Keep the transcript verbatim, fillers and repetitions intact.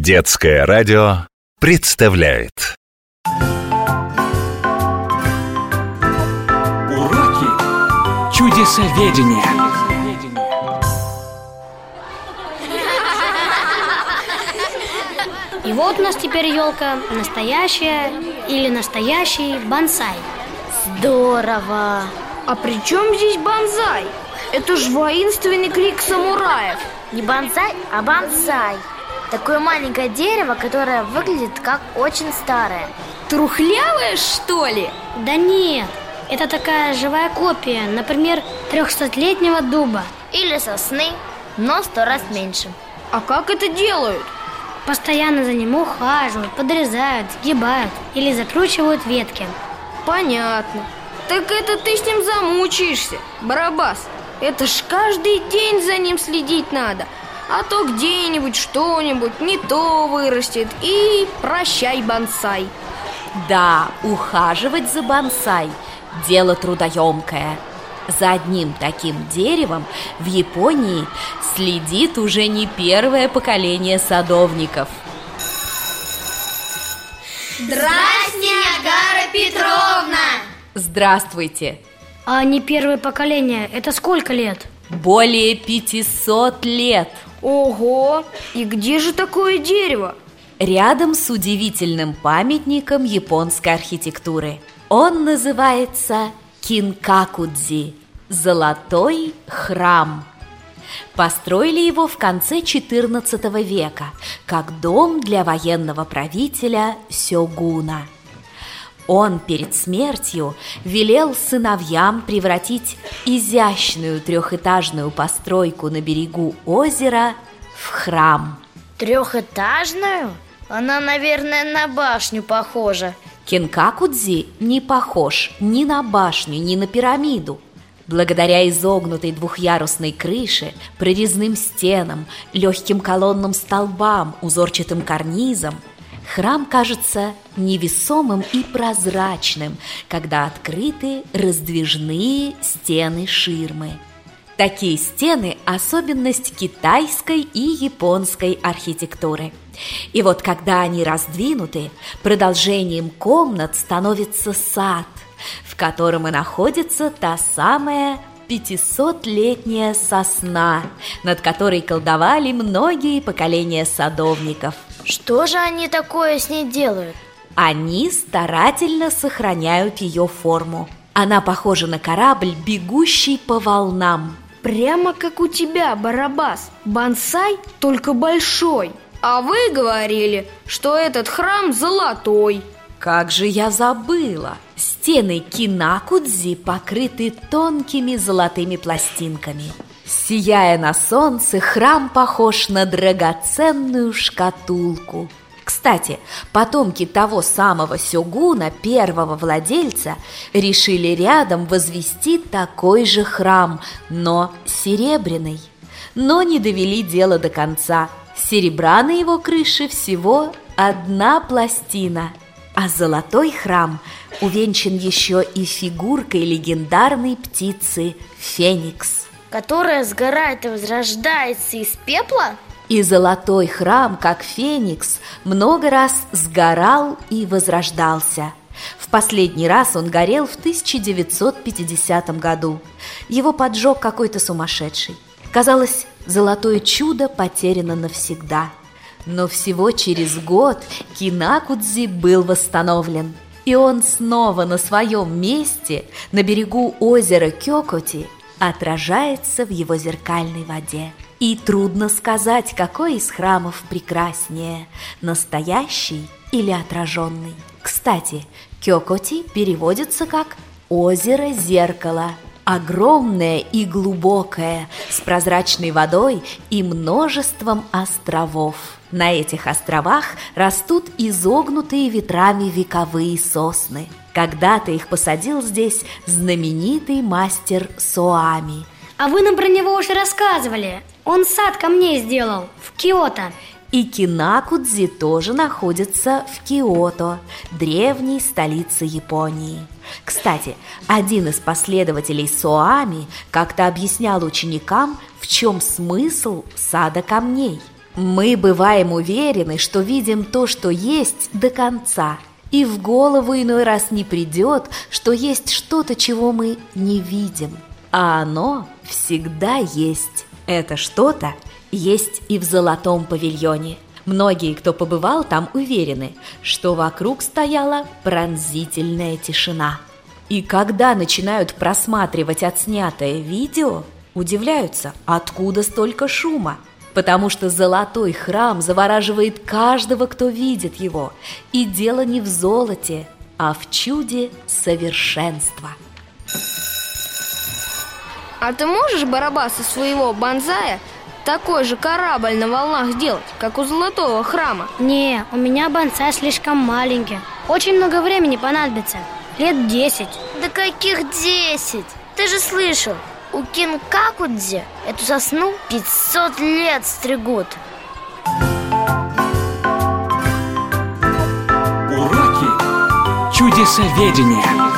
Детское радио представляет Уроки чудесоведения. И вот у нас теперь елка настоящая или настоящий бонсай. Здорово! А при чем здесь бонсай? Это ж воинственный крик самураев. Не бонсай, а бонсай. Такое маленькое дерево, которое выглядит как очень старое. Трухлявое, что ли? Да нет, это такая живая копия, например, трехсотлетнего дуба. Или сосны, но сто раз меньше. А как это делают? Постоянно за ним ухаживают, подрезают, сгибают или закручивают ветки. Понятно. Так это ты с ним замучаешься, Барабас. Это ж каждый день за ним следить надо. А то где-нибудь что-нибудь не то вырастет, и прощай бонсай. Да, ухаживать за бонсай – дело трудоемкое. За одним таким деревом в Японии следит уже не первое поколение садовников. Здрасте, Агара Петровна! Здравствуйте! А не первое поколение, это сколько лет? Более пятисот лет. Ого! И где же такое дерево? Рядом с удивительным памятником японской архитектуры. Он называется Кинкакудзи – Золотой храм. Построили его в конце четырнадцатого века как дом для военного правителя сёгуна. Он перед смертью велел сыновьям превратить изящную трехэтажную постройку на берегу озера в храм. Трехэтажную? Она, наверное, на башню похожа. Кинкакудзи не похож ни на башню, ни на пирамиду. Благодаря изогнутой двухъярусной крыше, прорезным стенам, легким колонным столбам, узорчатым карнизам, храм кажется невесомым и прозрачным, когда открыты раздвижные стены-ширмы. Такие стены – особенность китайской и японской архитектуры. И вот когда они раздвинуты, продолжением комнат становится сад, в котором и находится та самая пятисотлетняя сосна, над которой колдовали многие поколения садовников. Что же они такое с ней делают? Они старательно сохраняют ее форму. Она похожа на корабль, бегущий по волнам. Прямо как у тебя, Барабас. Бонсай, только большой. А вы говорили, что этот храм золотой. Как же я забыла! Стены Кинкакудзи покрыты тонкими золотыми пластинками. Сияя на солнце, храм похож на драгоценную шкатулку. Кстати, потомки того самого сёгуна, первого владельца, решили рядом возвести такой же храм, но серебряный. Но не довели дело до конца. Серебра на его крыше всего одна пластина, а золотой храм увенчан еще и фигуркой легендарной птицы Феникс, которая сгорает и возрождается из пепла? И золотой храм, как Феникс, много раз сгорал и возрождался. В последний раз он горел в тысяча девятьсот пятидесятом году. Его поджег какой-то сумасшедший. Казалось, золотое чудо потеряно навсегда. Но всего через год Кинкакудзи был восстановлен. И он снова на своем месте, на берегу озера Кёкоти, отражается в его зеркальной воде. И трудно сказать, какой из храмов прекраснее, настоящий или отраженный. Кстати, Кёкоти переводится как «озеро-зеркало». Огромное и глубокое, с прозрачной водой и множеством островов. На этих островах растут изогнутые ветрами вековые сосны. Когда-то их посадил здесь знаменитый мастер Соами. А вы нам про него уже рассказывали. Он сад ко мне сделал в Киото. И Кинкакудзи тоже находится в Киото, древней столице Японии. Кстати, один из последователей Соами как-то объяснял ученикам, в чем смысл сада камней. Мы бываем уверены, что видим то, что есть, до конца, и в голову иной раз не придет, что есть что-то, чего мы не видим, а оно всегда есть. Это что-то есть и в Золотом павильоне. Многие, кто побывал там, уверены, что вокруг стояла пронзительная тишина. И когда начинают просматривать отснятое видео, удивляются, откуда столько шума. Потому что Золотой храм завораживает каждого, кто видит его. И дело не в золоте, а в чуде совершенства. А ты можешь, Барабас, из своего бонсая такой же корабль на волнах сделать, как у Золотого храма? Не, у меня бонсай слишком маленький. Очень много времени понадобится. Лет десять. Да каких десять? Ты же слышал, у Кинкакудзи эту сосну пятьсот лет стригут. Уроки чудесоведения.